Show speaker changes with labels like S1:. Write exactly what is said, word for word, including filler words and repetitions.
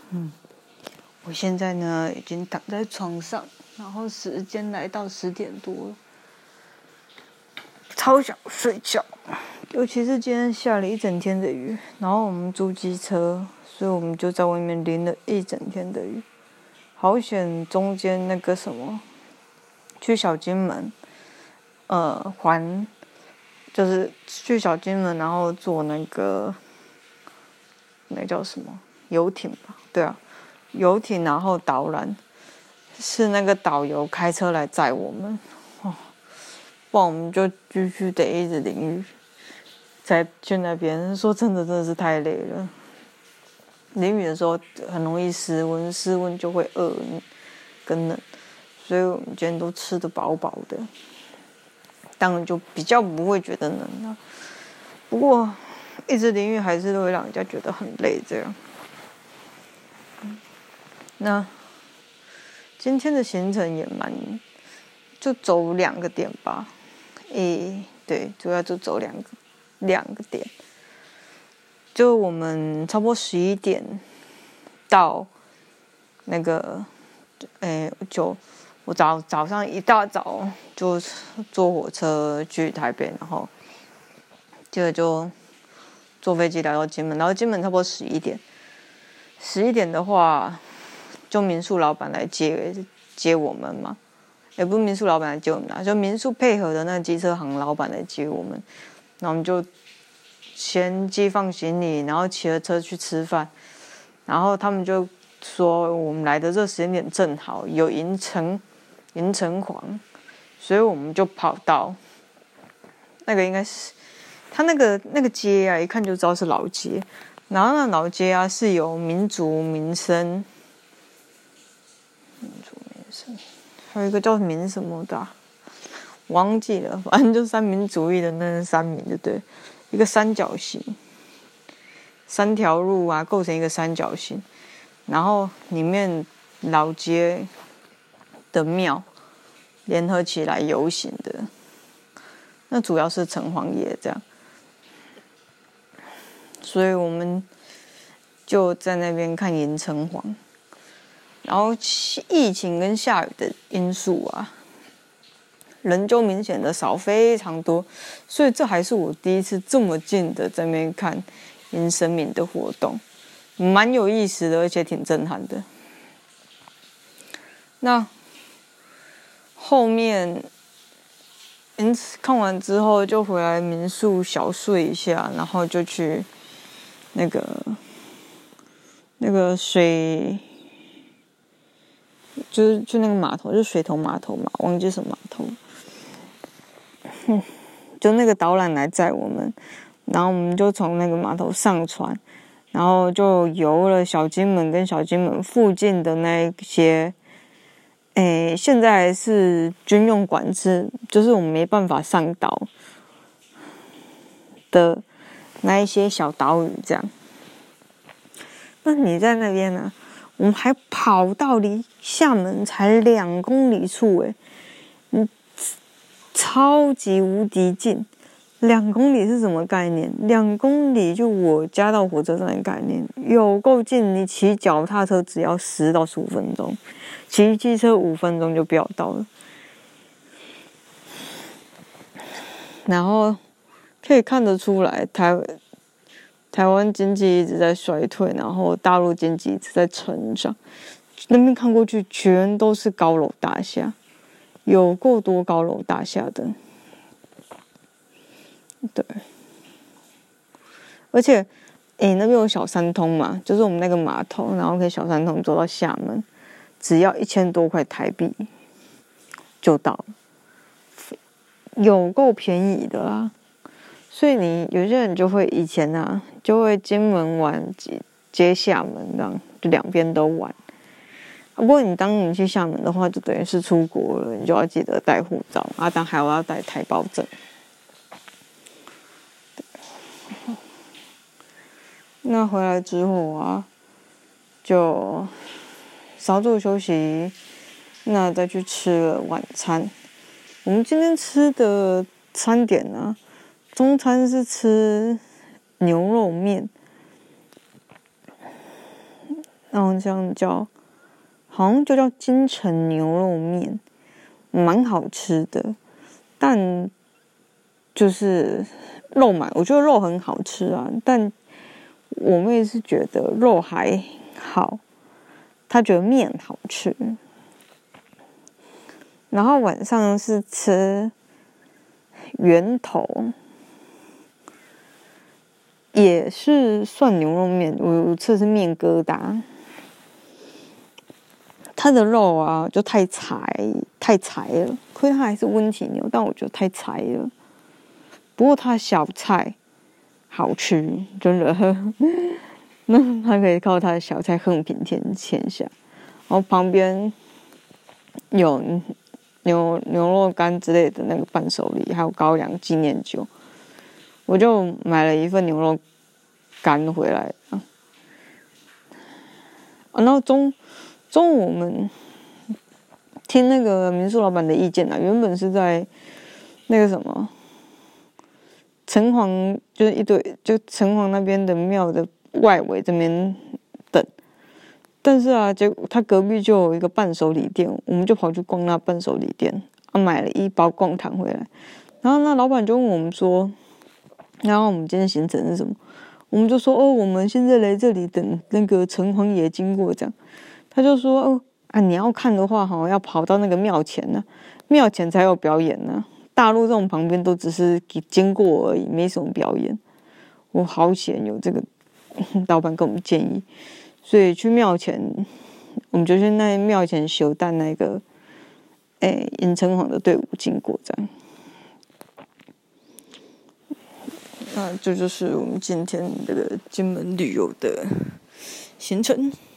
S1: 嗯，我现在呢已经躺在床上，然后时间来到十点多了，超想睡觉。尤其是今天下了一整天的雨，然后我们租机车，所以我们就在外面淋了一整天的雨。好险，中间那个什么，去小金门，呃，环，就是去小金门，然后坐那个，那叫什么游艇吧？对啊，游艇，然后导览，是那个导游开车来载我们，哦，不然我们就继续得一直淋雨。才去那边，说真的，真的是太累了。淋雨的时候很容易失温，失温就会饿跟冷，所以我们今天都吃得饱饱的，当然就比较不会觉得冷了。不过一直淋雨还是会让人家觉得很累，这样。那今天的行程也蛮，就走两个点吧。诶，对，主要就走两个。两个点，就我们差不多十一点到那个，诶，就我早早上一大早就坐火车去台北，然后接着就坐飞机来到金门，然后金门差不多十一点，十一点的话，就民宿老板来接接我们嘛，也不是民宿老板来接我们啦，就民宿配合的那个机车行老板来接我们。然后我们就先寄放行李，然后骑了车去吃饭，然后他们就说我们来的这时间点正好有迎城迎城隍，所以我们就跑到那个应该是他那个那个街啊，一看就知道是老街，然后那老街啊是由民族民生民族民生，还有一个叫民什么的、啊。忘记了，反正就是三民主义的那个三民，对不对？一个三角形，三条路啊，构成一个三角形，然后里面老街的庙联合起来游行的，那主要是城隍爷这样，所以我们就在那边看迎城隍，然后疫情跟下雨的因素啊。人就明显的少非常多，所以这还是我第一次这么近的在那边看迎神明的活动，蛮有意思的，而且挺震撼的。那后面看完之后就回来民宿小睡一下，然后就去那个那个水，就是去那个码头，就是水头码头嘛，忘记什么码头。就那个导览来载我们，然后我们就从那个码头上船，然后就游了小金门跟小金门附近的那些，诶，现在是军用管制，就是我们没办法上岛的那一些小岛屿这样。那你在那边呢？我们还跑到离厦门才两公里处，诶，嗯。超级无敌近，两公里是什么概念？两公里就我家到火车站的概念，有够近。你骑脚踏车只要十到十五分钟，骑机车五分钟就飙到了。然后可以看得出来，台台湾经济一直在衰退，然后大陆经济一直在成长。那边看过去，全都是高楼大厦。有够多高楼大厦的，对，而且，诶，那边有小三通嘛，就是我们那个码头，然后可以小三通走到厦门，只要一千多块台币就到了，有够便宜的啦。所以你有些人就会以前啊，就会金门玩接厦门这样，就两边都玩。不过你当你去厦门的话，就等于是出国了，你就要记得带护照啊，当还要带台胞证。那回来之后啊，就稍作休息，那再去吃了晚餐。我们今天吃的餐点呢、啊，中餐是吃牛肉面。 然后这样叫，好像就叫金城牛肉面，蛮好吃的，但就是肉嘛，我觉得肉很好吃啊，但我妹是觉得肉还好，她觉得面好吃。然后晚上是吃源头，也是算牛肉面，我吃的是面疙瘩。它的肉啊就太柴太柴了，亏它还是温体牛，但我觉得太柴了。不过它小菜好吃，真的。那它可以靠它的小菜横平天天下，然后旁边有牛牛肉干之类的那个伴手礼，还有高粱纪念酒，我就买了一份牛肉干回来啊。啊然后中中午我们听那个民宿老板的意见啊，原本是在那个什么城隍，就是一堆就城隍那边的庙的外围这边等，但是啊，结果他隔壁就有一个伴手礼店，我们就跑去逛那伴手礼店，啊，买了一包贡糖回来。然后那老板就问我们说，然后我们今天行程是什么？我们就说哦，我们现在来这里等那个城隍爷经过这样。他就说哦啊，你要看的话哈，要跑到那个庙前呢、啊，庙前才有表演呢、啊。大陆这种旁边都只是经过而已，没什么表演。我好险有这个老板给我们建议，所以去庙前，我们就去那庙前修蛋那个，诶，迎城隍的队伍经过这样。那这就是我们今天这个金门旅游的行程。